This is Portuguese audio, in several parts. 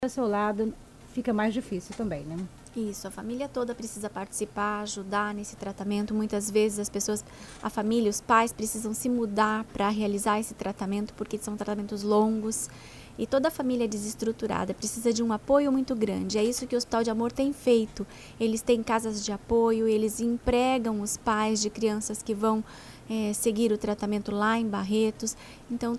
ao seu lado fica mais difícil também, né? Isso, a família toda precisa participar, ajudar nesse tratamento. Muitas vezes as pessoas, a família, os pais precisam se mudar para realizar esse tratamento, porque são tratamentos longos. E toda a família desestruturada precisa de um apoio muito grande. É isso que o Hospital de Amor tem feito. Eles têm casas de apoio, eles empregam os pais de crianças que vão seguir o tratamento lá em Barretos. Então,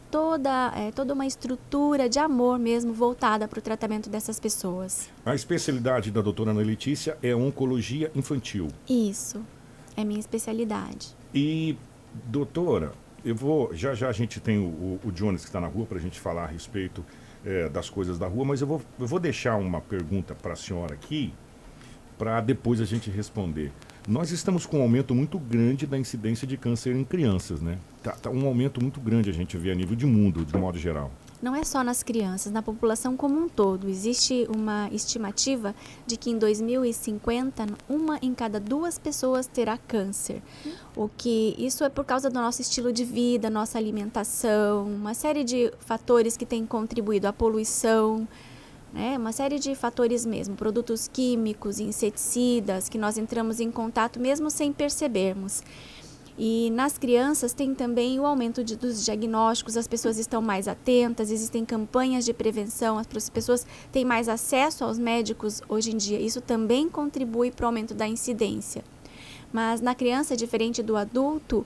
toda uma estrutura de amor mesmo voltada para o tratamento dessas pessoas. A especialidade da doutora Ana Letícia é oncologia infantil. Isso, é minha especialidade. E, doutora, já a gente tem o Jones que está na rua para a gente falar a respeito das coisas da rua, mas eu vou deixar uma pergunta para a senhora aqui, para depois a gente responder. Nós estamos com um aumento muito grande da incidência de câncer em crianças, né? Tá um aumento muito grande a gente vê a nível de mundo, de modo geral. Não é só nas crianças, na população como um todo. Existe uma estimativa de que em 2050, 1 em cada 2 pessoas terá câncer. Isso é por causa do nosso estilo de vida, nossa alimentação, uma série de fatores que têm contribuído, a poluição, né? Uma série de fatores mesmo, produtos químicos, inseticidas, que nós entramos em contato mesmo sem percebermos. E nas crianças tem também o aumento dos diagnósticos, as pessoas estão mais atentas, existem campanhas de prevenção, as pessoas têm mais acesso aos médicos hoje em dia. Isso também contribui para o aumento da incidência. Mas na criança, diferente do adulto,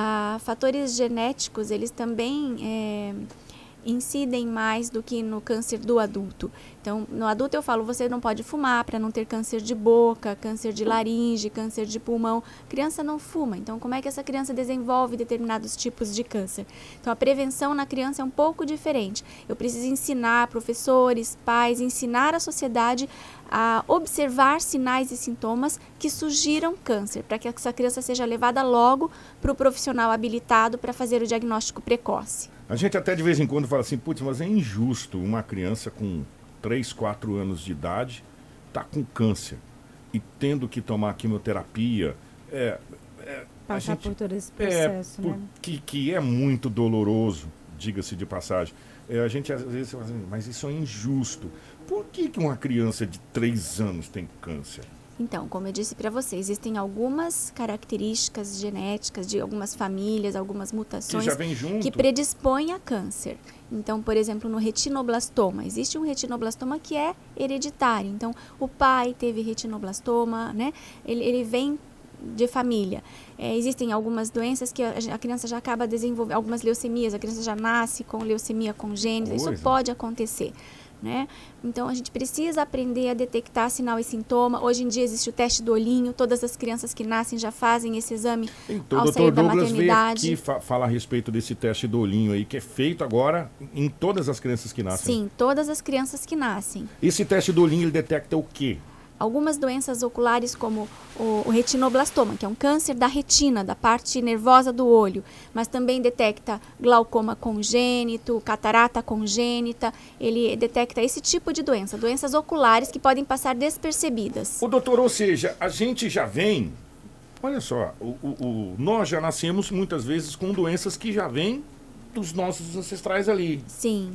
fatores genéticos, eles também incidem mais do que no câncer do adulto. Então, no adulto eu falo, você não pode fumar para não ter câncer de boca, câncer de laringe, câncer de pulmão. Criança não fuma, então como é que essa criança desenvolve determinados tipos de câncer? Então, a prevenção na criança é um pouco diferente. Eu preciso ensinar professores, pais, ensinar a sociedade a observar sinais e sintomas que sugiram câncer, para que essa criança seja levada logo para o profissional habilitado para fazer o diagnóstico precoce. A gente até de vez em quando fala assim, putz, mas é injusto uma criança com 3, 4 anos de idade tá com câncer e tendo que tomar quimioterapia. Passar por todo esse processo, né? Que é muito doloroso, diga-se de passagem. A gente às vezes fala assim, mas isso é injusto. Por que uma criança de 3 anos tem câncer? Então, como eu disse para você, existem algumas características genéticas de algumas famílias, algumas mutações que predispõem a câncer. Então, por exemplo, no retinoblastoma, existe um retinoblastoma que é hereditário. Então, o pai teve retinoblastoma, né? Ele vem de família. Existem algumas doenças que a criança já acaba desenvolvendo, algumas leucemias, a criança já nasce com leucemia congênita, isso pode acontecer. Né? Então a gente precisa aprender a detectar sinal e sintoma. Hoje em dia existe o teste do olhinho, todas as crianças que nascem já fazem esse exame então, ao sair da maternidade. Veio aqui falar a respeito desse teste do olhinho aí, que é feito agora em todas as crianças que nascem. Sim, todas as crianças que nascem. Esse teste do olhinho, ele detecta o quê? Algumas doenças oculares como o retinoblastoma, que é um câncer da retina, da parte nervosa do olho, mas também detecta glaucoma congênito, catarata congênita, ele detecta esse tipo de doença, doenças oculares que podem passar despercebidas. Doutor, ou seja, a gente já vem, olha só, nós já nascemos muitas vezes com doenças que já vêm dos nossos ancestrais ali. Sim.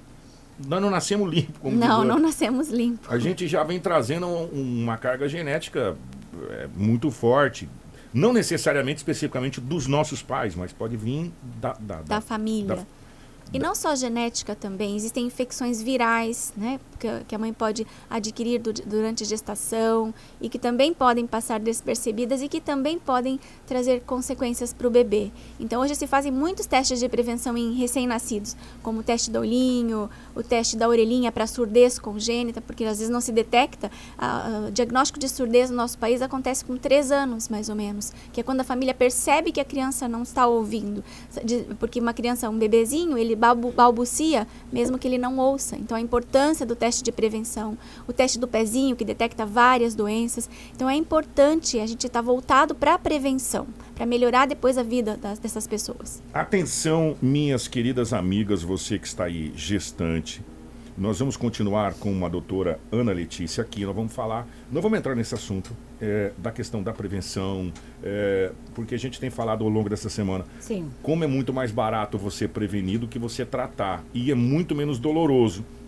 Nós não nascemos limpos, como não nascemos limpos. A gente já vem trazendo uma carga genética muito forte. Não necessariamente, especificamente, dos nossos pais, mas pode vir da família. E não só genética também, existem infecções virais, né, que a mãe pode adquirir durante a gestação e que também podem passar despercebidas e que também podem trazer consequências para o bebê. Então, hoje se fazem muitos testes de prevenção em recém-nascidos, como o teste do olhinho, o teste da orelhinha para surdez congênita, porque às vezes não se detecta. O diagnóstico de surdez no nosso país acontece com 3 anos, mais ou menos, que é quando a família percebe que a criança não está ouvindo. Porque uma criança, um bebezinho, ele balbucia, mesmo que ele não ouça. Então, a importância do teste de prevenção, o teste do pezinho, que detecta várias doenças. Então, é importante a gente estar voltado para a prevenção, para melhorar depois a vida dessas pessoas. Atenção, minhas queridas amigas, você que está aí gestante. Nós vamos continuar com a doutora Ana Letícia aqui. Nós vamos entrar nesse assunto da questão da prevenção, porque a gente tem falado ao longo dessa semana. Sim. Como é muito mais barato você prevenir do que você tratar. E é muito menos doloroso.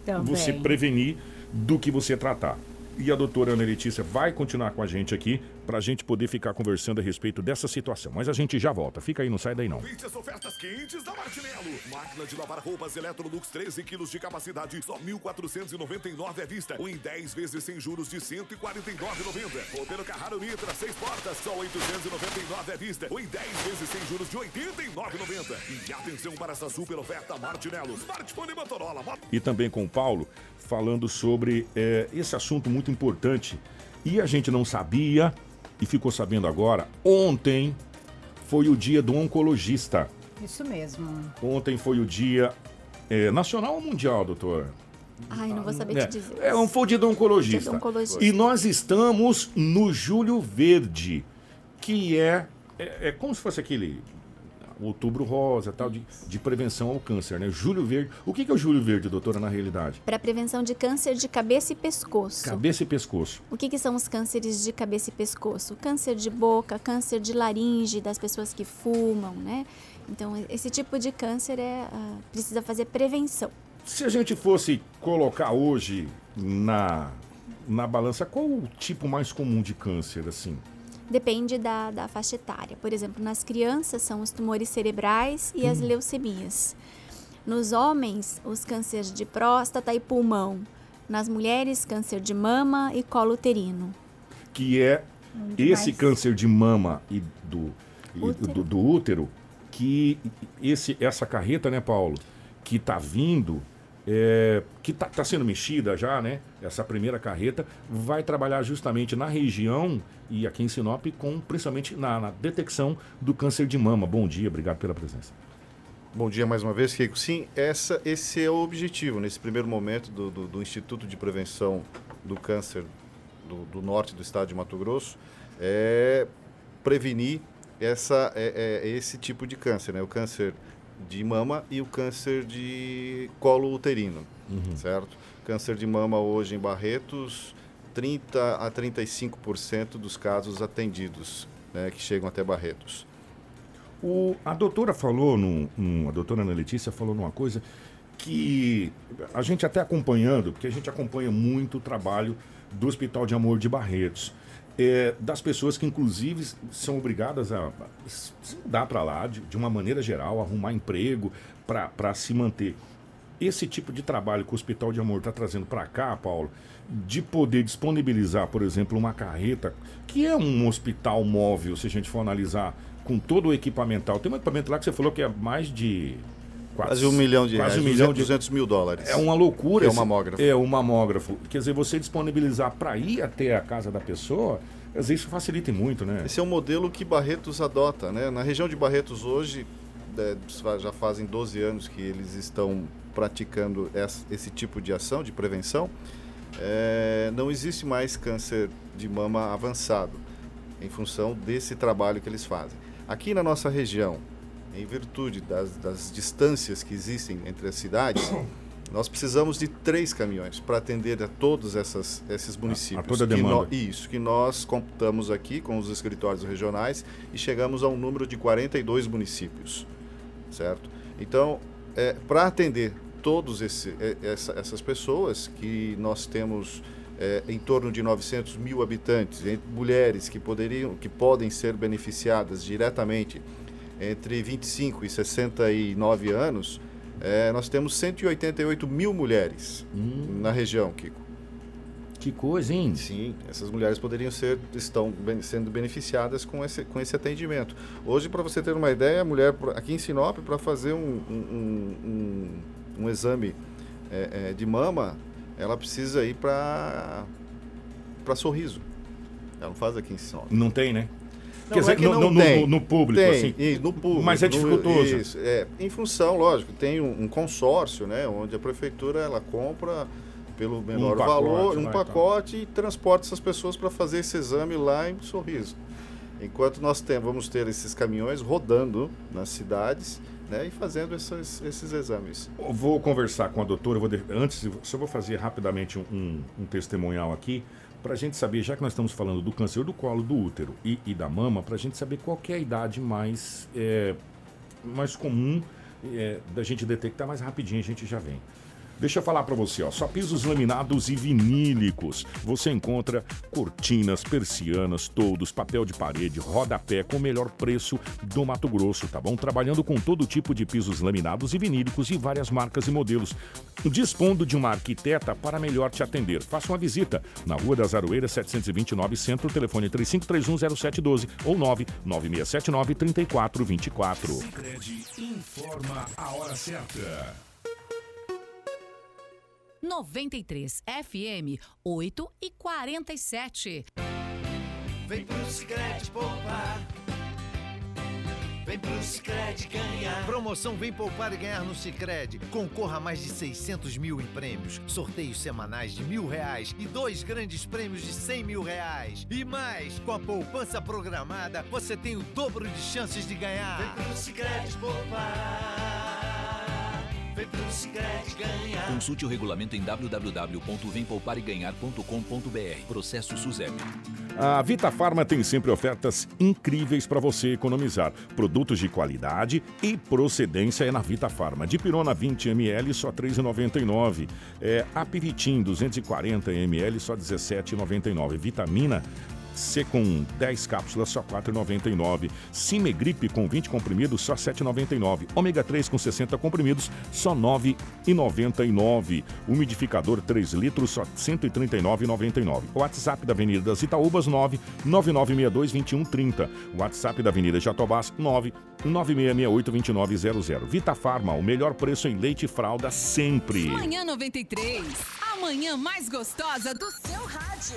você prevenir do que você tratar. E a doutora Ana Letícia vai continuar com a gente aqui para a gente poder ficar conversando a respeito dessa situação. Mas a gente já volta. Fica aí, não sai daí não. As ofertas quentes da Martinello. Máquina de lavar roupas Electrolux 13 quilos de capacidade, só 1.499 à vista. Ou em 10 vezes sem juros de 149,90. Roteiro Carraro Nitra 6 portas, só 899 à vista. Ou em 10 vezes sem juros de 89,90. E atenção para essa super oferta Martinello. Smartphone Motorola. E também com o Paulo, falando sobre esse assunto muito importante. E a gente não sabia e ficou sabendo agora. Ontem foi o dia do oncologista. Isso mesmo. Ontem foi o dia nacional ou mundial, doutora? Ai, não vou saber te dizer. Foi o dia do oncologista. Dia do oncologista. E nós estamos no Julho Verde, que é como se fosse aquele Outubro Rosa, tal, de prevenção ao câncer, né? Julho Verde. O que é o Julho Verde, doutora, na realidade? Para prevenção de câncer de cabeça e pescoço. Cabeça e pescoço. O que são os cânceres de cabeça e pescoço? Câncer de boca, câncer de laringe, das pessoas que fumam, né? Então, esse tipo de câncer precisa fazer prevenção. Se a gente fosse colocar hoje na balança, qual o tipo mais comum de câncer, assim? Depende da faixa etária. Por exemplo, nas crianças são os tumores cerebrais e as leucemias. Nos homens, os cânceres de próstata e pulmão. Nas mulheres, câncer de mama e colo uterino. Que é esse câncer de mama e do útero, que essa carreta, né, Paulo, que está vindo, que está sendo mexida já, né? Essa primeira carreta vai trabalhar justamente na região e aqui em Sinop, principalmente na detecção do câncer de mama. Bom dia, obrigado pela presença. Bom dia mais uma vez, Keiko. Sim, esse é o objetivo, nesse primeiro momento do Instituto de Prevenção do Câncer do Norte do Estado de Mato Grosso, é prevenir esse tipo de câncer, né? O câncer de mama e o câncer de colo uterino, certo? Câncer de mama hoje em Barretos, 30% a 35% dos casos atendidos, né, que chegam até Barretos. A doutora falou, a doutora Ana Letícia falou numa coisa que a gente até acompanhando, porque a gente acompanha muito o trabalho do Hospital de Amor de Barretos, das pessoas que inclusive são obrigadas a se mudar para lá de uma maneira geral, arrumar emprego para se manter. Esse tipo de trabalho que o Hospital de Amor está trazendo para cá, Paulo, de poder disponibilizar, por exemplo, uma carreta, que é um hospital móvel, se a gente for analisar, com todo o equipamental. Tem um equipamento lá que você falou que é mais de... Quase R$1 milhão, quase $200 mil. É uma loucura. É um mamógrafo. É um mamógrafo. Quer dizer, você disponibilizar para ir até a casa da pessoa, às vezes isso facilita muito, né? Esse é um modelo que Barretos adota, né? Na região de Barretos hoje, já fazem 12 anos que eles estão praticando esse tipo de ação, de prevenção. Não existe mais câncer de mama avançado, em função desse trabalho que eles fazem. Aqui na nossa região, em virtude das distâncias que existem entre as cidades, nós precisamos de 3 caminhões para atender a todos esses municípios. A toda a demanda. Que nós computamos aqui com os escritórios regionais e chegamos a um número de 42 municípios, certo? Então, para atender todas essas pessoas, que nós temos em torno de 900 mil habitantes, mulheres que podem ser beneficiadas diretamente entre 25 e 69 anos, nós temos 188 mil mulheres na região, Kiko. Que coisa, hein? Sim, essas mulheres estão sendo beneficiadas com esse atendimento. Hoje, para você ter uma ideia, a mulher aqui em Sinop, para fazer um exame de mama, ela precisa ir para Sorriso. Ela não faz aqui em Sinop. Não tem, né? Não, quer dizer, que não tem. No público, tem, assim. no público. Mas é dificultoso. Isso, em função, lógico, tem um consórcio, né? Onde a prefeitura ela compra pelo menor valor, um pacote e transporta essas pessoas para fazer esse exame lá em Sorriso. Enquanto nós vamos ter esses caminhões rodando nas cidades, né, e fazendo esses exames. Eu vou conversar com a doutora, antes só vou fazer rapidamente um testemunhal aqui, para a gente saber, já que nós estamos falando do câncer do colo do útero e da mama, para a gente saber qual que é a idade mais comum da gente detectar, mais rapidinho a gente já vem. Deixa eu falar para você, ó, só pisos laminados e vinílicos. Você encontra cortinas, persianas, toldos, papel de parede, rodapé com o melhor preço do Mato Grosso, tá bom? Trabalhando com todo tipo de pisos laminados e vinílicos e várias marcas e modelos. Dispondo de uma arquiteta para melhor te atender. Faça uma visita na Rua das Aroeiras, 729 Centro, telefone 35310712 ou 99679-3424. Sicredi informa a hora certa. 93 FM 8h47. Vem pro Sicredi poupar. Vem pro Sicredi ganhar. Promoção Vem Poupar e Ganhar no Sicredi. Concorra a mais de 600 mil em prêmios. Sorteios semanais de R$1.000 e 2 grandes prêmios de R$100 mil. E mais, com a poupança programada, você tem o dobro de chances de ganhar. Vem pro Sicredi poupar. Vem pro Sicredi ganhar. Consulte o regulamento em www.vempoupareganhar.com.br. Processo SUSEP. A Vita Farma tem sempre ofertas incríveis para você economizar. Produtos de qualidade e procedência é na Vita Farma. Dipirona 20 ml, só R$ 3,99. Apivitin 240 ml, só R$ 17,99. Vitamina C com 10 cápsulas, só R$ 4,99. Cimegripe com 20 comprimidos, só R$ 7,99. Ômega 3 com 60 comprimidos, só R$ 9,99. Umidificador 3 litros, só R$ 139,99. WhatsApp da Avenida das Itaúbas, 99962-2130. WhatsApp da Avenida Jatobás, 99668-2900. Vita Farma, o melhor preço em leite e fralda sempre. Manhã 93, a manhã mais gostosa do seu rádio.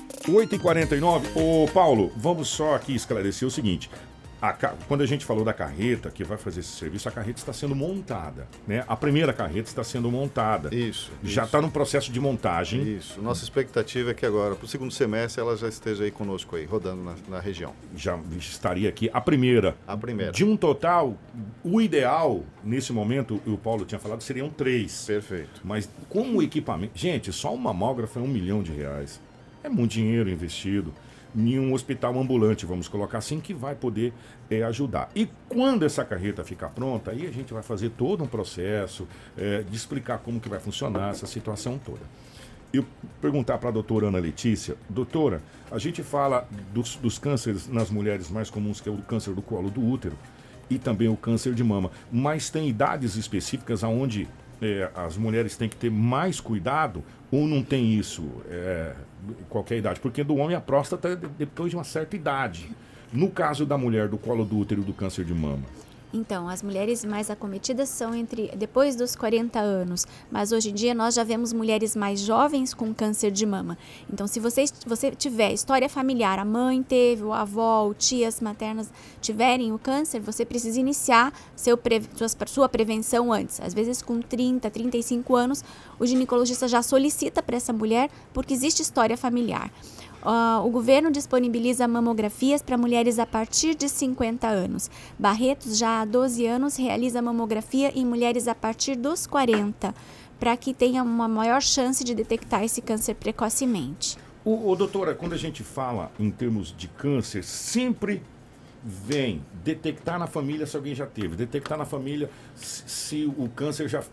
8h49. Ô, Paulo, vamos só aqui esclarecer o seguinte. Quando a gente falou da carreta que vai fazer esse serviço, a carreta está sendo montada, né? A primeira carreta está sendo montada. Isso. Já está no processo de montagem. Isso. Nossa expectativa é que agora, para o segundo semestre, ela já esteja aí conosco, aí, rodando na região. Já estaria aqui. A primeira. A primeira. De um total, o ideal, nesse momento, o Paulo tinha falado, seriam 3. Perfeito. Mas como o equipamento... Gente, só um mamógrafo é R$1 milhão. É muito dinheiro investido em um hospital ambulante, vamos colocar assim, que vai poder ajudar. E quando essa carreta ficar pronta, aí a gente vai fazer todo um processo de explicar como que vai funcionar essa situação toda. Eu perguntar para a doutora Ana Letícia, doutora, a gente fala dos cânceres nas mulheres mais comuns, que é o câncer do colo do útero e também o câncer de mama, mas tem idades específicas onde as mulheres têm que ter mais cuidado ou não tem isso qualquer idade? Porque do homem a próstata é depois de uma certa idade. No caso da mulher do colo do útero e do câncer de mama? Então, as mulheres mais acometidas são depois dos 40 anos, mas hoje em dia nós já vemos mulheres mais jovens com câncer de mama. Então, se você tiver história familiar, a mãe teve, o avó, ou tias maternas tiverem o câncer, você precisa iniciar sua prevenção antes. Às vezes com 30, 35 anos, o ginecologista já solicita para essa mulher porque existe história familiar. O governo disponibiliza mamografias para mulheres a partir de 50 anos. Barretos, já há 12 anos, realiza mamografia em mulheres a partir dos 40, para que tenha uma maior chance de detectar esse câncer precocemente. Doutora, quando a gente fala em termos de câncer, sempre vem detectar na família se alguém já teve, detectar na família se o câncer já...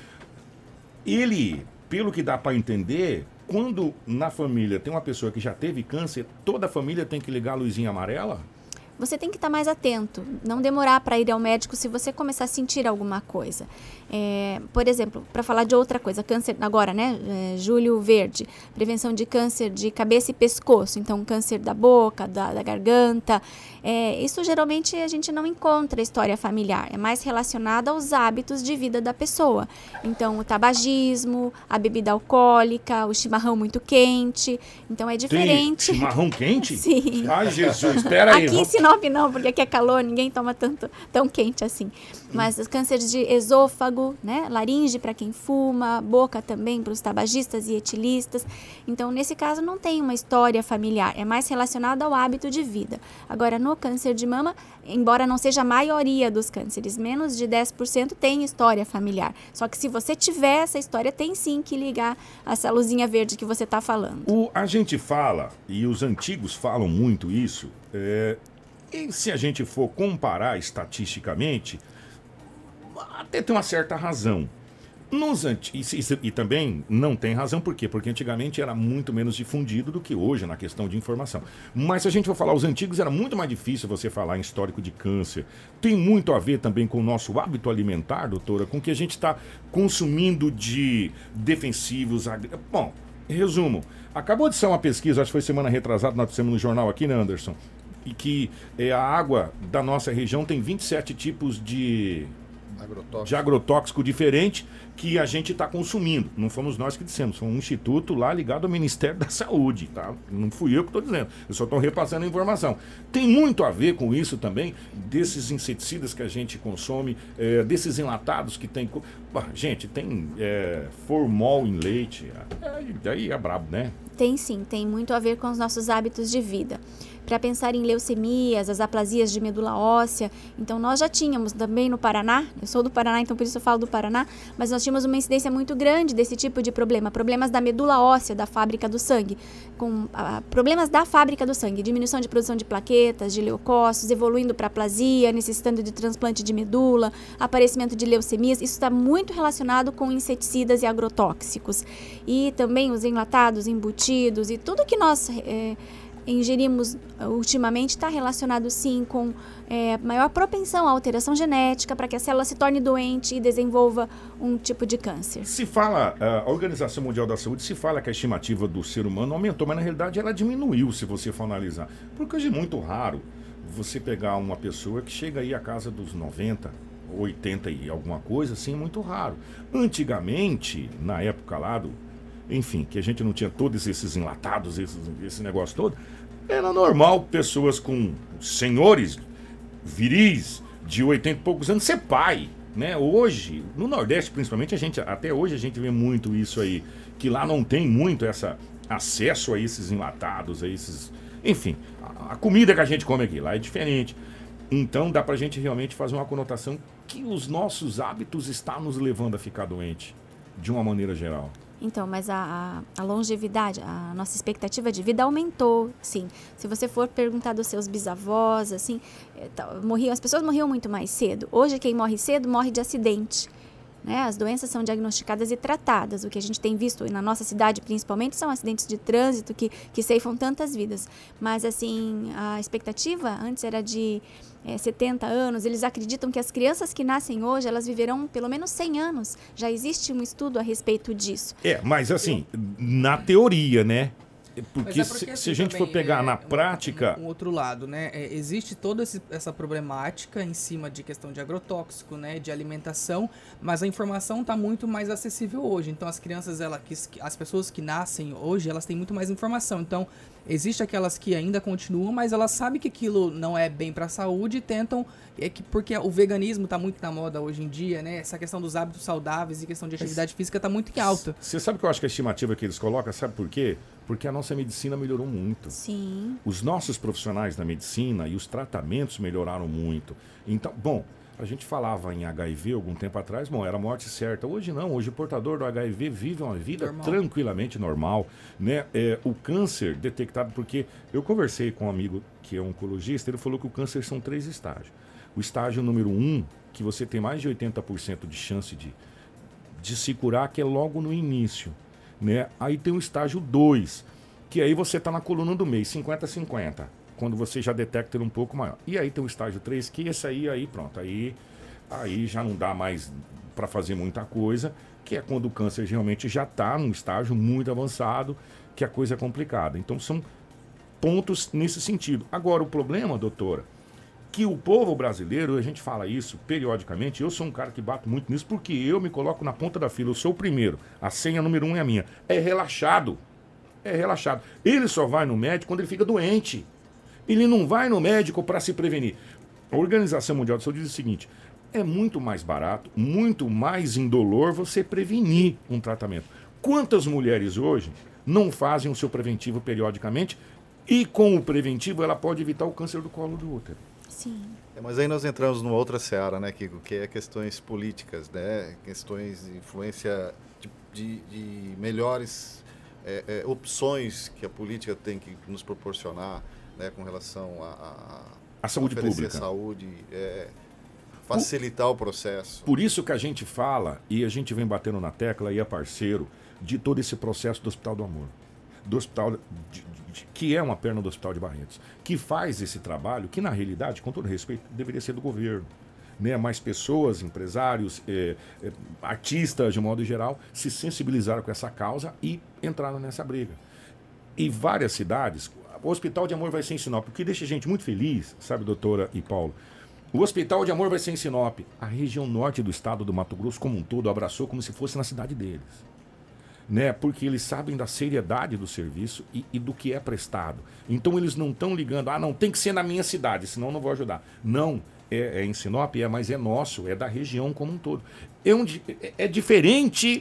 Ele, pelo que dá para entender... Quando na família tem uma pessoa que já teve câncer, toda a família tem que ligar a luzinha amarela? Você tem que estar mais atento, não demorar para ir ao médico se você começar a sentir alguma coisa. Por exemplo, para falar de outra coisa, câncer agora, né? Julho Verde, prevenção de câncer de cabeça e pescoço, então câncer da boca, da garganta. Isso geralmente a gente não encontra história familiar, é mais relacionado aos hábitos de vida da pessoa. Então, o tabagismo, a bebida alcoólica, o chimarrão muito quente, então é diferente. Tem chimarrão quente? Sim. Ai, Jesus, espera aí. Aqui em Sinop não, porque aqui é calor, ninguém toma tão quente assim. Mas os cânceres de esôfago, né? Laringe para quem fuma, boca também para os tabagistas e etilistas. Então, nesse caso, não tem uma história familiar, é mais relacionado ao hábito de vida. Agora, no câncer de mama, embora não seja a maioria dos cânceres, menos de 10% tem história familiar. Só que se você tiver essa história, tem sim que ligar essa luzinha verde que você está falando. A gente fala, e os antigos falam muito isso, e se a gente for comparar estatisticamente, até tem uma certa razão. E também não tem razão, por quê? Porque antigamente era muito menos difundido do que hoje na questão de informação. Mas se a gente for falar os antigos, era muito mais difícil você falar em histórico de câncer. Tem muito a ver também com o nosso hábito alimentar, doutora, com o que a gente está consumindo de defensivos. Bom, resumo, acabou de ser uma pesquisa, acho que foi semana retrasada, nós fizemos no jornal aqui, né, Anderson? E que a água da nossa região tem 27 tipos de agrotóxico diferente que a gente está consumindo. Não fomos nós que dissemos, foi um instituto lá ligado ao Ministério da Saúde, tá? Não fui eu que estou dizendo, eu só estou repassando a informação. Tem muito a ver com isso também, desses inseticidas que a gente consome, desses enlatados que tem... Gente, tem formol em leite, aí é brabo, né? Tem sim, tem muito a ver com os nossos hábitos de vida. Para pensar em leucemias, as aplasias de medula óssea, então nós já tínhamos também no Paraná, eu sou do Paraná, então por isso eu falo do Paraná, mas nós tínhamos uma incidência muito grande desse tipo de problema, problemas da medula óssea, da fábrica do sangue, problemas da fábrica do sangue, diminuição de produção de plaquetas, de leucócitos, evoluindo para aplasia, necessitando de transplante de medula, aparecimento de leucemias, isso está muito relacionado com inseticidas e agrotóxicos. E também os enlatados, embutidos e tudo que nós ingerimos ultimamente está relacionado sim com maior propensão à alteração genética para que a célula se torne doente e desenvolva um tipo de câncer. Se fala, a Organização Mundial da Saúde se fala que a estimativa do ser humano aumentou, mas na realidade ela diminuiu, se você for analisar. Porque hoje é muito raro você pegar uma pessoa que chega aí à casa dos 90, 80 e alguma coisa, assim, é muito raro. Antigamente, na época lá enfim, que a gente não tinha todos esses enlatados, esse negócio todo, era normal pessoas com senhores viris de 80 e poucos anos ser pai, né? Hoje, no Nordeste principalmente, até hoje a gente vê muito isso aí, que lá não tem muito acesso a esses enlatados, enfim, a comida que a gente come aqui lá é diferente. Então dá pra gente realmente fazer uma conotação que os nossos hábitos estão nos levando a ficar doente, de uma maneira geral. Então, mas a longevidade, a nossa expectativa de vida aumentou, sim. Se você for perguntar dos seus bisavós, assim, as pessoas morriam muito mais cedo. Hoje, quem morre cedo, morre de acidente. Né? As doenças são diagnosticadas e tratadas. O que a gente tem visto na nossa cidade, principalmente, são acidentes de trânsito que ceifam tantas vidas. Mas, assim, a expectativa antes era de 70 anos. Eles acreditam que as crianças que nascem hoje, elas viverão pelo menos 100 anos. Já existe um estudo a respeito disso. Mas assim, na teoria, né? Porque assim, se a gente for pegar na prática... Um outro lado, né? Existe toda essa problemática em cima de questão de agrotóxico, né? De alimentação, mas a informação está muito mais acessível hoje. Então as crianças, as pessoas que nascem hoje, elas têm muito mais informação. Então existe aquelas que ainda continuam, mas elas sabem que aquilo não é bem para a saúde e tentam... porque o veganismo está muito na moda hoje em dia, né? Essa questão dos hábitos saudáveis e questão de atividade física está muito em alta. Você sabe que eu acho que a estimativa que eles colocam, sabe por quê? Porque a nossa medicina melhorou muito. Sim. Os nossos profissionais da medicina e os tratamentos melhoraram muito. Então, bom, a gente falava em HIV algum tempo atrás, era morte certa. Hoje não, hoje o portador do HIV vive uma vida tranquilamente normal, né? O câncer detectado, porque eu conversei com um amigo que é oncologista, ele falou que o câncer são 3 estágios. O estágio número 1, que você tem mais de 80% de chance de se curar, que é logo no início, né? Aí tem o estágio 2, que aí você está na coluna do meio, 50-50, quando você já detecta ele um pouco maior. E aí tem o estágio 3, que esse aí pronto, aí já não dá mais para fazer muita coisa, que é quando o câncer realmente já está num estágio muito avançado, que a coisa é complicada. Então são pontos nesse sentido. Agora o problema, doutora, que o povo brasileiro, a gente fala isso periodicamente, eu sou um cara que bato muito nisso, porque eu me coloco na ponta da fila, eu sou o primeiro, a senha número 1 é a minha. É relaxado. Ele só vai no médico quando ele fica doente. Ele não vai no médico para se prevenir. A Organização Mundial da Saúde diz o seguinte, é muito mais barato, muito mais indolor você prevenir um tratamento. Quantas mulheres hoje não fazem o seu preventivo periodicamente e com o preventivo ela pode evitar o câncer do colo do útero? Sim. Mas aí nós entramos numa outra seara, né, Kiko, que é questões políticas, né, questões de influência de melhores opções que a política tem que nos proporcionar, né, com relação a saúde pública. Saúde, facilitar o processo. Por isso que a gente fala, e a gente vem batendo na tecla, e é parceiro, de todo esse processo do Hospital do Amor. Do hospital, que é uma perna do Hospital de Barretos. Que faz esse trabalho, que na realidade, com todo respeito, deveria ser do governo. Né? Mais pessoas, empresários, artistas, de modo geral, se sensibilizaram com essa causa e entraram nessa briga. E várias cidades, o Hospital de Amor vai ser em Sinop, o que deixa a gente muito feliz, sabe, doutora e Paulo? O Hospital de Amor vai ser em Sinop. A região norte do estado do Mato Grosso como um todo abraçou como se fosse na cidade deles. Né? Porque eles sabem da seriedade do serviço e do que é prestado. Então eles não estão ligando, não, tem que ser na minha cidade, senão não vou ajudar. Não, é em Sinop, mas é nosso, é da região como um todo. É diferente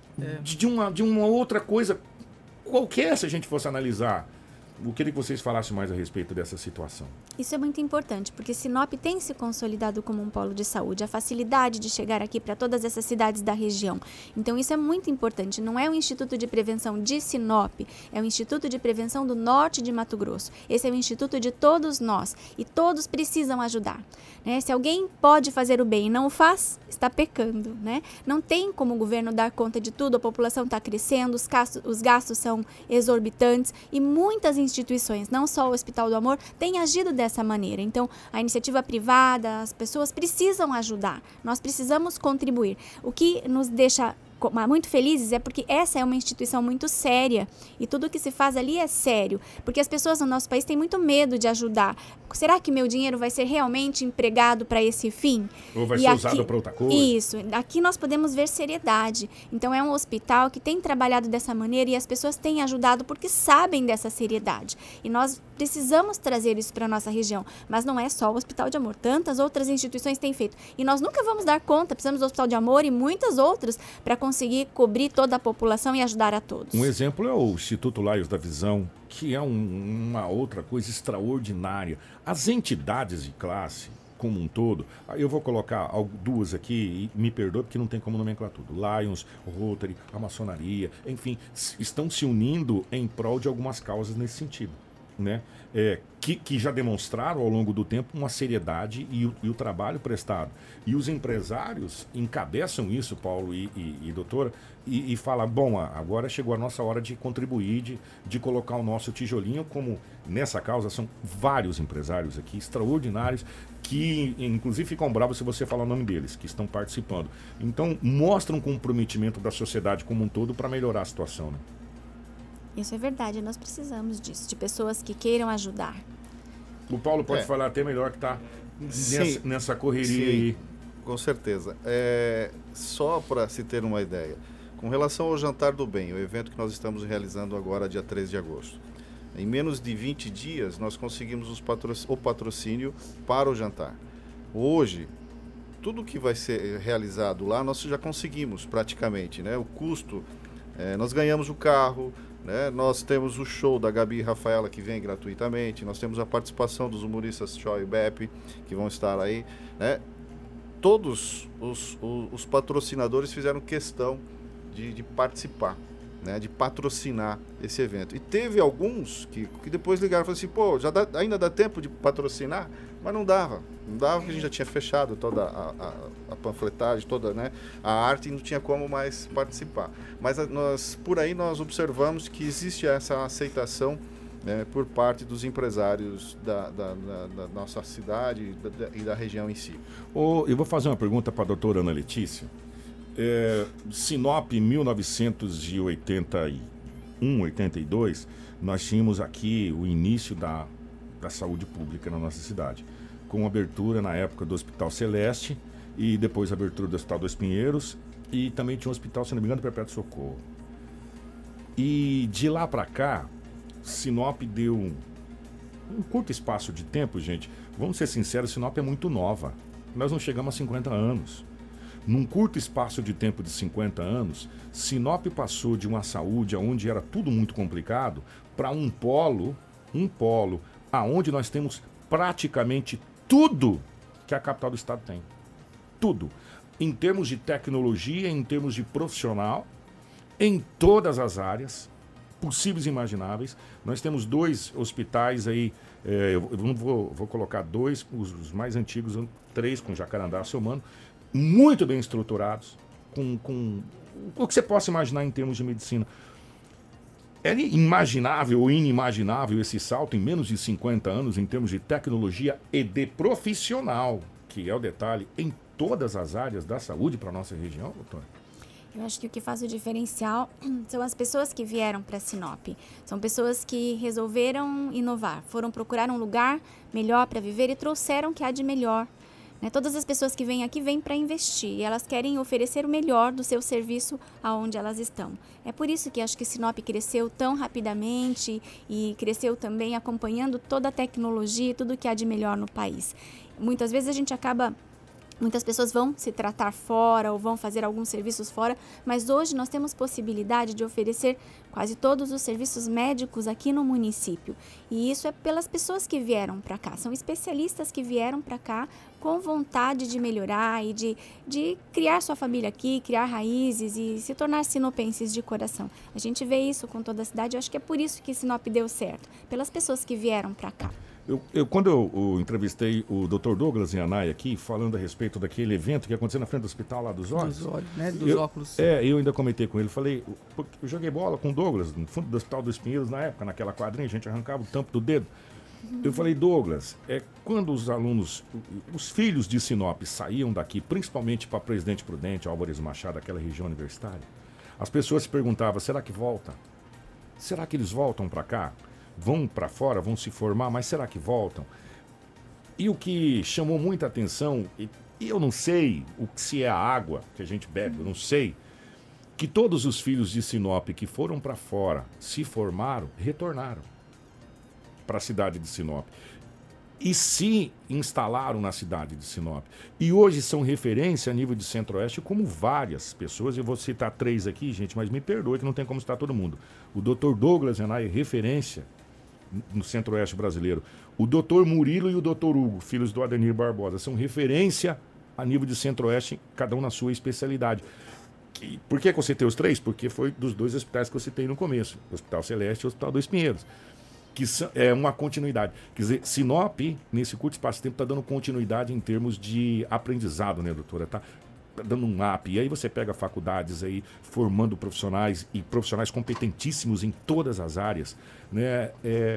de uma outra coisa qualquer, se a gente fosse analisar. Eu queria que vocês falassem mais a respeito dessa situação. Isso é muito importante, porque Sinop tem se consolidado como um polo de saúde, a facilidade de chegar aqui para todas essas cidades da região. Então isso é muito importante, não é o Instituto de Prevenção de Sinop, é o Instituto de Prevenção do Norte de Mato Grosso. Esse é o instituto de todos nós e todos precisam ajudar. Né? Se alguém pode fazer o bem e não o faz, está pecando. Né? Não tem como o governo dar conta de tudo, a população está crescendo, os gastos são exorbitantes e muitas instituições, não só o Hospital do Amor, têm agido dessa maneira. Então, a iniciativa privada, as pessoas precisam ajudar. Nós precisamos contribuir. O que nos deixa muito felizes é porque essa é uma instituição muito séria e tudo que se faz ali é sério, porque as pessoas no nosso país têm muito medo de ajudar. Será que meu dinheiro vai ser realmente empregado para esse fim? Ou vai ser usado para outra coisa? Isso, aqui nós podemos ver seriedade. Então é um hospital que tem trabalhado dessa maneira e as pessoas têm ajudado porque sabem dessa seriedade. E nós precisamos trazer isso para a nossa região, mas não é só o Hospital de Amor, tantas outras instituições têm feito. E nós nunca vamos dar conta, precisamos do Hospital de Amor e muitas outras para conseguir cobrir toda a população e ajudar a todos. Um exemplo é o Instituto Laios da Visão, que é uma outra coisa extraordinária. As entidades de classe, como um todo, eu vou colocar duas aqui, e me perdoe porque não tem como nomenclar tudo. Lions, Rotary, a maçonaria, enfim, estão se unindo em prol de algumas causas nesse sentido. Né? Que já demonstraram ao longo do tempo uma seriedade e o trabalho prestado. E os empresários encabeçam isso, Paulo e doutora, e falam, bom, agora chegou a nossa hora de contribuir, de colocar o nosso tijolinho, como nessa causa são vários empresários aqui, extraordinários, que inclusive ficam bravos se você falar o nome deles, que estão participando. Então, mostra um comprometimento da sociedade como um todo para melhorar a situação, né? Isso é verdade, nós precisamos disso, de pessoas que queiram ajudar. O Paulo pode falar até melhor que está nessa correria aí. Com certeza. Só para se ter uma ideia, com relação ao Jantar do Bem, o evento que nós estamos realizando agora, dia 13 de agosto, em menos de 20 dias nós conseguimos o patrocínio para o jantar. Hoje, tudo que vai ser realizado lá, nós já conseguimos praticamente, né? O custo, nós ganhamos o carro, né? Nós temos o show da Gabi e Rafaela, que vem gratuitamente, nós temos a participação dos humoristas Choi e Beppe, que vão estar aí, né? Todos os patrocinadores fizeram questão de participar, né? De patrocinar esse evento. E teve alguns que depois ligaram e falaram assim, pô, ainda dá tempo de patrocinar? Mas não dava porque a gente já tinha fechado toda a panfletagem, toda, né, a arte, e não tinha como mais participar. Mas por aí nós observamos que existe essa aceitação, né, por parte dos empresários da nossa cidade e da região em si. Eu vou fazer uma pergunta para a doutora Ana Letícia. Sinop, 1981, 82, nós tínhamos aqui o início da saúde pública na nossa cidade, com abertura na época do Hospital Celeste e depois a abertura do Hospital dos Pinheiros, e também tinha um hospital, se não me engano, do Perpétuo Socorro. E de lá para cá, Sinop deu um curto espaço de tempo, gente. Vamos ser sinceros, Sinop é muito nova. Nós não chegamos a 50 anos. Num curto espaço de tempo de 50 anos, Sinop passou de uma saúde onde era tudo muito complicado para um polo aonde nós temos praticamente tudo que a capital do estado tem. Tudo. Em termos de tecnologia, em termos de profissional, em todas as áreas, possíveis e imagináveis. Nós temos 2 hospitais aí, eu vou colocar 2, os mais antigos, 3 com Jacarandá, Somano, muito bem estruturados, com o que você possa imaginar em termos de medicina. É imaginável ou inimaginável esse salto em menos de 50 anos em termos de tecnologia e de profissional, que é o detalhe, em todas as áreas da saúde para a nossa região, doutor? Eu acho que o que faz o diferencial são as pessoas que vieram para Sinop. São pessoas que resolveram inovar, foram procurar um lugar melhor para viver e trouxeram o que há de melhor. Né? Todas as pessoas que vêm aqui vêm para investir e elas querem oferecer o melhor do seu serviço aonde elas estão. É por isso que acho que Sinop cresceu tão rapidamente e cresceu também acompanhando toda a tecnologia e tudo que há de melhor no país. Muitas vezes a gente acaba... Muitas pessoas vão se tratar fora ou vão fazer alguns serviços fora, mas hoje nós temos possibilidade de oferecer quase todos os serviços médicos aqui no município. E isso é pelas pessoas que vieram para cá. São especialistas que vieram para cá com vontade de melhorar e de criar sua família aqui, criar raízes e se tornar sinopenses de coração. A gente vê isso com toda a cidade. Eu acho que é por isso que Sinop deu certo, pelas pessoas que vieram para cá. Quando eu entrevistei o Dr. Douglas Yanai aqui, falando a respeito daquele evento que aconteceu na frente do hospital lá dos olhos. Dos olhos, né? Dos óculos. Eu ainda comentei com ele, falei, eu joguei bola com o Douglas, no fundo do Hospital dos Pinheiros, na época, naquela quadrinha, a gente arrancava o tampo do dedo. Eu falei, Douglas, quando os alunos, os filhos de Sinop saíam daqui, principalmente para Presidente Prudente, Álvares Machado, aquela região universitária, as pessoas se perguntavam, será que volta? Será que eles voltam para cá? Vão para fora, vão se formar, mas será que voltam? E o que chamou muita atenção, e eu não sei se é a água que a gente bebe, eu não sei, que todos os filhos de Sinop que foram para fora, se formaram, retornaram para a cidade de Sinop. E se instalaram na cidade de Sinop. E hoje são referência a nível de Centro-Oeste, como várias pessoas. Eu vou citar 3 aqui, gente, mas me perdoe que não tem como citar todo mundo. O Dr. Douglas Yanai é referência no Centro-Oeste brasileiro. O Dr. Murilo e o Dr. Hugo, filhos do Ademir Barbosa, são referência a nível de Centro-Oeste, cada um na sua especialidade. Por que eu citei os 3? Porque foi dos 2 hospitais que eu citei no começo, o Hospital Celeste e o Hospital dos Pinheiros, que é uma continuidade. Quer dizer, Sinop, nesse curto espaço de tempo, está dando continuidade em termos de aprendizado, né, doutora? Tá dando um up. E aí você pega faculdades aí, formando profissionais e profissionais competentíssimos em todas as áreas, né?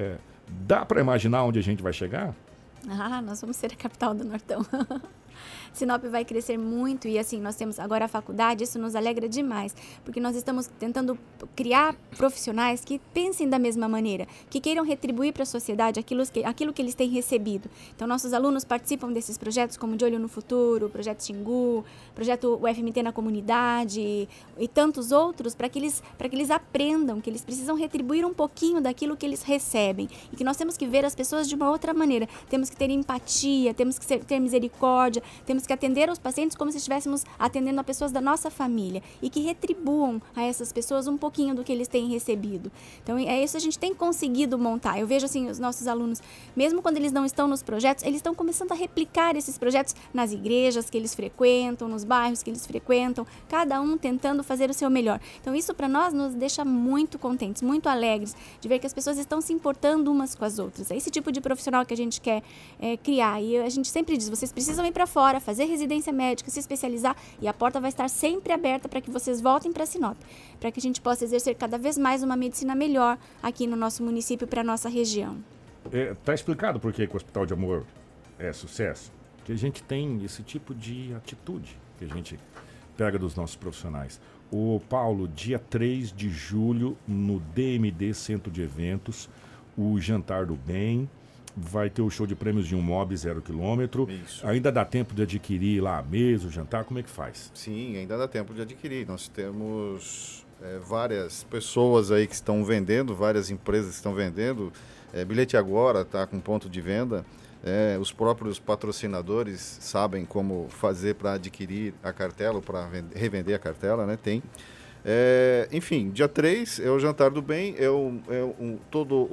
Dá para imaginar onde a gente vai chegar? Nós vamos ser a capital do Nortão. Sinop vai crescer muito e assim, nós temos agora a faculdade, isso nos alegra demais, porque nós estamos tentando criar profissionais que pensem da mesma maneira, que queiram retribuir para a sociedade aquilo que eles têm recebido. Então, nossos alunos participam desses projetos como De Olho no Futuro, Projeto Xingu, Projeto UFMT na Comunidade e tantos outros, para que eles aprendam que eles precisam retribuir um pouquinho daquilo que eles recebem e que nós temos que ver as pessoas de uma outra maneira, temos que ter empatia, temos que ter misericórdia, temos que atender aos pacientes como se estivéssemos atendendo a pessoas da nossa família e que retribuam a essas pessoas um pouquinho do que eles têm recebido. Então, é isso que a gente tem conseguido montar. Eu vejo assim, os nossos alunos, mesmo quando eles não estão nos projetos, eles estão começando a replicar esses projetos nas igrejas que eles frequentam, nos bairros que eles frequentam, cada um tentando fazer o seu melhor. Então, isso para nós nos deixa muito contentes, muito alegres de ver que as pessoas estão se importando umas com as outras. É esse tipo de profissional que a gente quer criar. E a gente sempre diz, vocês precisam ir para fora, fazer residência médica, se especializar e a porta vai estar sempre aberta para que vocês voltem para Sinop, para que a gente possa exercer cada vez mais uma medicina melhor aqui no nosso município, para a nossa região. Tá explicado por que o Hospital de Amor é sucesso? Que a gente tem esse tipo de atitude que a gente pega dos nossos profissionais. O Paulo, dia 3 de julho, no DMD Centro de Eventos, o Jantar do Bem, vai ter o show de prêmios de um Mob 0 km. Isso. Ainda dá tempo de adquirir lá a mesa, o jantar, como é que faz? Sim, ainda dá tempo de adquirir. Nós temos várias pessoas aí que estão vendendo, várias empresas que estão vendendo. Bilhete Agora está com ponto de venda. Os próprios patrocinadores sabem como fazer para adquirir a cartela ou para revender a cartela, né? Tem. Enfim, dia 3 é o Jantar do Bem, toda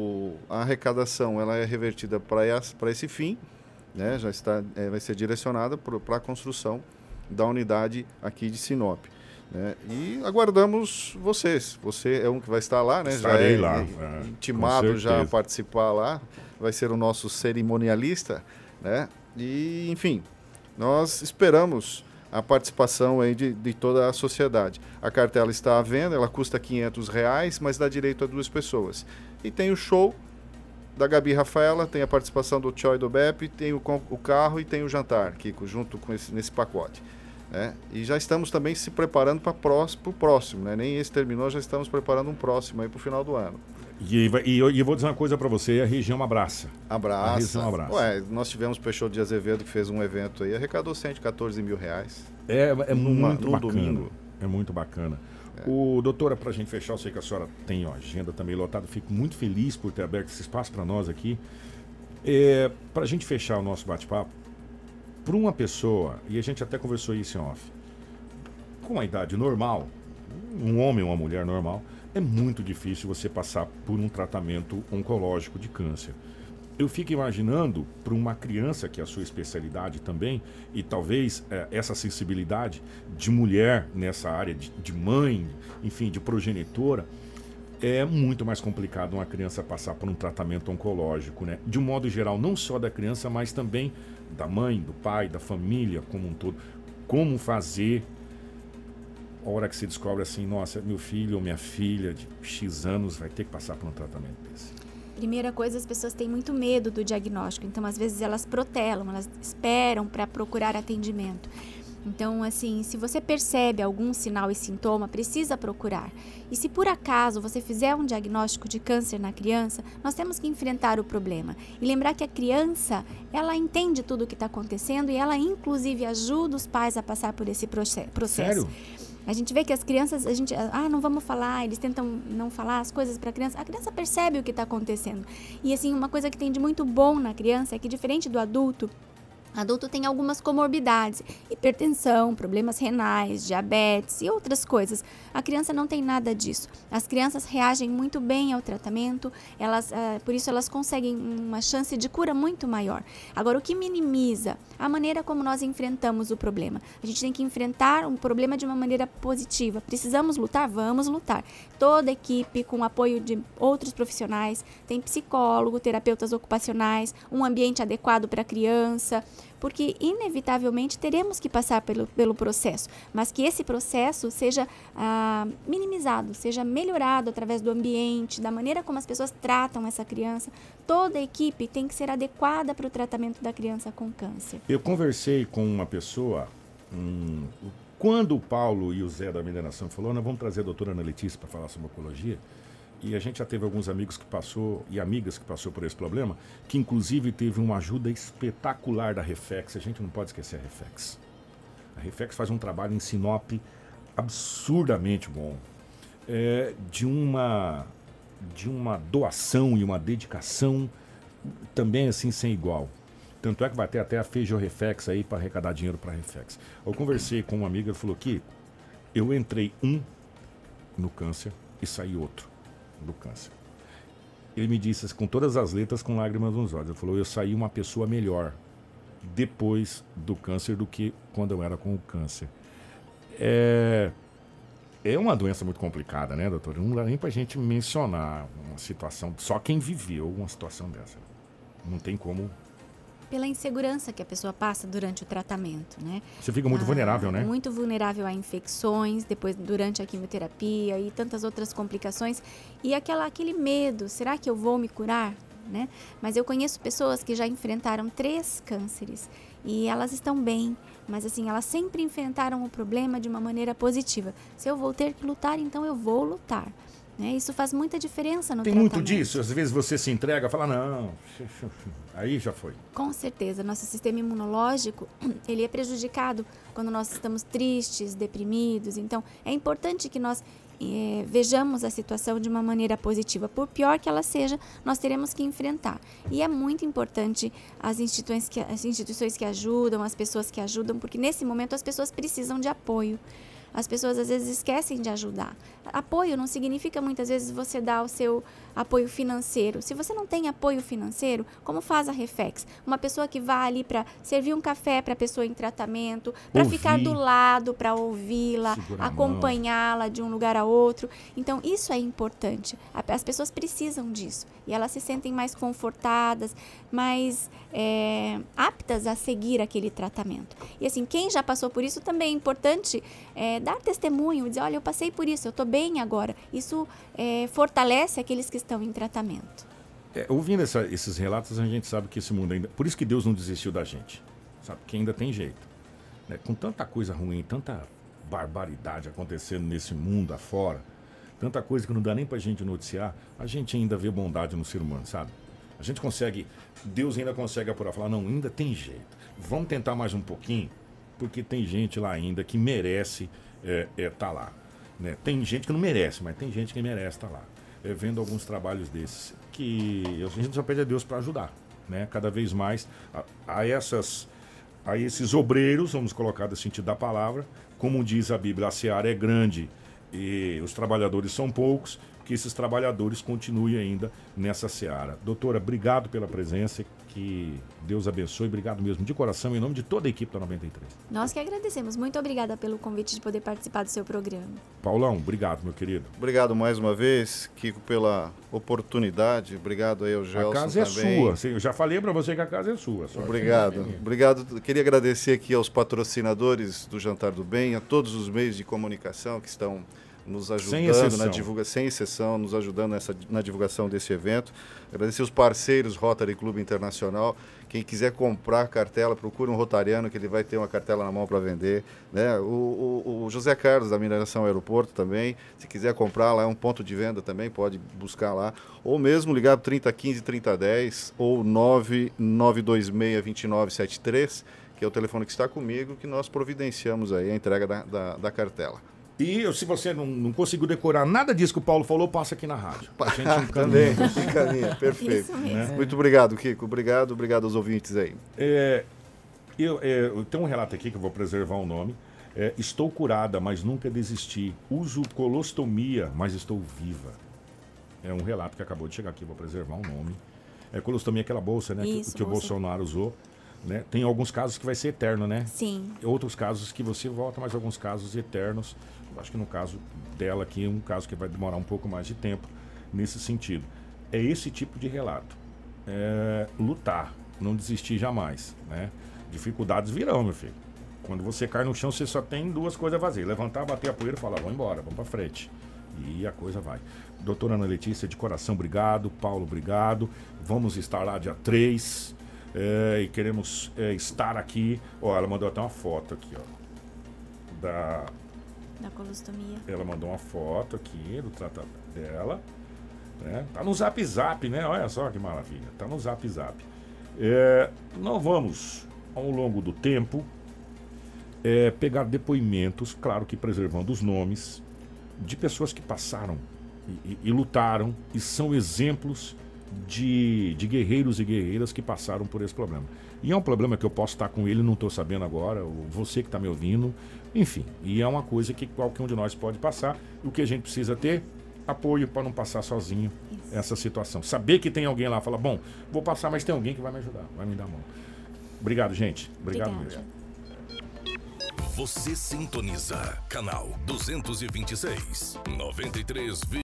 a arrecadação ela é revertida para esse fim, né? Vai ser direcionada para a construção da unidade aqui de Sinop. né? E aguardamos vocês. Você é um que vai estar lá, né? Estarei já lá, intimado já a participar lá. Vai ser o nosso cerimonialista, né? E, enfim, nós esperamos a participação aí de toda a sociedade. A cartela está à venda, ela custa R$500, mas dá direito a 2 pessoas. E tem o show da Gabi Rafaela, tem a participação do Tchoi do Bep, tem o carro e tem o jantar, Kiko, junto com nesse pacote. Né? E já estamos também se preparando para o próximo, né? Nem esse terminou, já estamos preparando um próximo aí para o final do ano. E eu vou dizer uma coisa para você, a região abraça. Abraça. A região abraça. Ué, nós tivemos o Peixoto de Azevedo que fez um evento aí, arrecadou R$114 mil. É muito bacana. Domingo. É muito bacana. Doutora, para a gente fechar, eu sei que a senhora tem agenda também lotada, fico muito feliz por ter aberto esse espaço para nós aqui. Para a gente fechar o nosso bate-papo, para uma pessoa, e a gente até conversou isso em off, com a idade normal, um homem ou uma mulher normal, é muito difícil você passar por um tratamento oncológico de câncer. Eu fico imaginando para uma criança, que é a sua especialidade também, e talvez essa sensibilidade de mulher nessa área, de mãe, enfim, de progenitora, é muito mais complicado uma criança passar por um tratamento oncológico, né? De um modo geral, não só da criança, mas também da mãe, do pai, da família como um todo. Como fazer, a hora que você descobre assim, nossa, meu filho ou minha filha de X anos vai ter que passar por um tratamento desse. Primeira coisa, as pessoas têm muito medo do diagnóstico, então às vezes elas protelam, elas esperam para procurar atendimento. Então, assim, se você percebe algum sinal e sintoma, precisa procurar. E se por acaso você fizer um diagnóstico de câncer na criança, nós temos que enfrentar o problema. E lembrar que a criança, ela entende tudo o que está acontecendo e ela, inclusive, ajuda os pais a passar por esse processo. Sério? A gente vê que as crianças, não vamos falar, eles tentam não falar as coisas para a criança percebe o que está acontecendo. E assim, uma coisa que tem de muito bom na criança é que, diferente do adulto tem algumas comorbidades, hipertensão, problemas renais, diabetes e outras coisas. A criança não tem nada disso. As crianças reagem muito bem ao tratamento, por isso elas conseguem uma chance de cura muito maior. Agora, o que minimiza a maneira como nós enfrentamos o problema? A gente tem que enfrentar um problema de uma maneira positiva. Precisamos lutar? Vamos lutar. Toda a equipe, com o apoio de outros profissionais, tem psicólogo, terapeutas ocupacionais, um ambiente adequado para a criança, porque inevitavelmente teremos que passar pelo processo, mas que esse processo seja minimizado, seja melhorado através do ambiente, da maneira como as pessoas tratam essa criança. Toda a equipe tem que ser adequada para o tratamento da criança com câncer. Eu conversei com uma pessoa, quando o Paulo e o Zé da Mineração falou, nós vamos trazer a doutora Ana Letícia para falar sobre oncologia, e a gente já teve alguns amigos que passou e amigas que passou por esse problema, que inclusive teve uma ajuda espetacular da Refex. A gente não pode esquecer a Refex. A Refex faz um trabalho em Sinop absurdamente bom. De uma doação e uma dedicação também assim sem igual. Tanto é que vai ter até a Feijão Refex aí para arrecadar dinheiro para a Refex. Eu conversei com uma amiga, ele falou que eu entrei no câncer e saí outro do câncer. Ele me disse com todas as letras, com lágrimas nos olhos. Ele falou, eu saí uma pessoa melhor depois do câncer do que quando eu era com o câncer. É uma doença muito complicada, né, doutor? Não dá nem pra gente mencionar uma situação, só quem viveu uma situação dessa. Não tem como. Pela insegurança que a pessoa passa durante o tratamento, né? Você fica muito vulnerável, né? Muito vulnerável a infecções, depois durante a quimioterapia e tantas outras complicações. E aquele medo, será que eu vou me curar? Né? Mas eu conheço pessoas que já enfrentaram 3 cânceres e elas estão bem, mas assim, elas sempre enfrentaram o problema de uma maneira positiva. Se eu vou ter que lutar, então eu vou lutar. Né? Isso faz muita diferença no tratamento. Tem muito disso, às vezes você se entrega e fala, não, aí já foi. Com certeza, nosso sistema imunológico, ele é prejudicado quando nós estamos tristes, deprimidos, então é importante que nós vejamos a situação de uma maneira positiva. Por pior que ela seja, nós teremos que enfrentar. E é muito importante as instituições que ajudam, as pessoas que ajudam, porque nesse momento as pessoas precisam de apoio. As pessoas às vezes esquecem de ajudar. Apoio não significa muitas vezes você dar o seu apoio financeiro. Se você não tem apoio financeiro, como faz a Refex? Uma pessoa que vai ali para servir um café para a pessoa em tratamento, para ficar do lado, para ouvi-la, acompanhá-la de um lugar a outro. Então, isso é importante. As pessoas precisam disso. E elas se sentem mais confortadas, mais aptas a seguir aquele tratamento. E assim, quem já passou por isso também é importante dar testemunho, dizer, olha, eu passei por isso, eu estou bem agora. Isso fortalece aqueles que estão em tratamento. Ouvindo esses relatos, a gente sabe que esse mundo ainda... Por isso que Deus não desistiu da gente, sabe? Que ainda tem jeito. Né? Com tanta coisa ruim, tanta barbaridade acontecendo nesse mundo afora, tanta coisa que não dá nem pra gente noticiar, a gente ainda vê bondade no ser humano, sabe? A gente consegue, Deus ainda consegue apurar, falar, não, ainda tem jeito. Vamos tentar mais um pouquinho, porque tem gente lá ainda que merece tá lá. Né? Tem gente que não merece, mas tem gente que merece estar lá. Vendo alguns trabalhos desses, que a gente só pede a Deus para ajudar. Né? Cada vez mais a esses obreiros, vamos colocar no sentido da palavra, como diz a Bíblia, a seara é grande e os trabalhadores são poucos, que esses trabalhadores continuem ainda nessa seara. Doutora, obrigado pela presença, que Deus abençoe, obrigado mesmo de coração, em nome de toda a equipe da 93. Nós que agradecemos, muito obrigada pelo convite de poder participar do seu programa. Paulão, obrigado, meu querido. Obrigado mais uma vez, Kiko, pela oportunidade, obrigado aí ao Gelson também. A casa é sua, eu já falei para você que a casa é sua. Obrigado, queria agradecer aqui aos patrocinadores do Jantar do Bem, a todos os meios de comunicação que estão nos ajudando na divulgação, sem exceção, nos ajudando na divulgação desse evento. Agradecer os parceiros Rotary Clube Internacional. Quem quiser comprar cartela, procure um rotariano que ele vai ter uma cartela na mão para vender. Né? O José Carlos da Mineração Aeroporto também, se quiser comprar lá, é um ponto de venda também, pode buscar lá. Ou mesmo ligar para 3015-3010 ou 9926-2973, que é o telefone que está comigo, que nós providenciamos aí a entrega da cartela. E se você não conseguiu decorar nada disso que o Paulo falou, passa aqui na rádio. A gente também, encaminha, perfeito. Né? Muito obrigado, Kiko. Obrigado aos ouvintes aí. Eu tenho um relato aqui que eu vou preservar o nome. Estou curada, mas nunca desisti. Uso colostomia, mas estou viva. É um relato que acabou de chegar aqui, vou preservar o nome. Colostomia é aquela bolsa, né? Isso, que o Bolsonaro usou. Né? Tem alguns casos que vai ser eterno, né? Sim. Outros casos que você volta, mas alguns casos eternos. Eu acho que no caso dela aqui é um caso que vai demorar um pouco mais de tempo nesse sentido. É esse tipo de relato. Lutar, não desistir jamais, né? Dificuldades virão, meu filho. Quando você cai no chão, você só tem duas coisas vazias. Levantar, bater a poeira e falar, vamos embora, vamos pra frente. E a coisa vai. Doutora Ana Letícia, de coração, obrigado. Paulo, obrigado. Vamos estar lá dia 3. E queremos estar aqui. Ela mandou até uma foto aqui, da colostomia. Ela mandou uma foto aqui do tratamento dela, né? Tá no Zap, né? Olha só que maravilha, tá no Zap. Nós vamos, ao longo do tempo, pegar depoimentos, claro que preservando os nomes, de pessoas que passaram e lutaram e são exemplos de guerreiros e guerreiras que passaram por esse problema. E é um problema que eu posso estar com ele, não estou sabendo agora, ou você que está me ouvindo, enfim. E é uma coisa que qualquer um de nós pode passar. E o que a gente precisa ter? Apoio para não passar sozinho essa situação. Saber que tem alguém lá, fala, bom, vou passar, mas tem alguém que vai me ajudar, vai me dar a mão. Obrigado, gente. Obrigado mesmo. Você sintoniza canal 226, 93.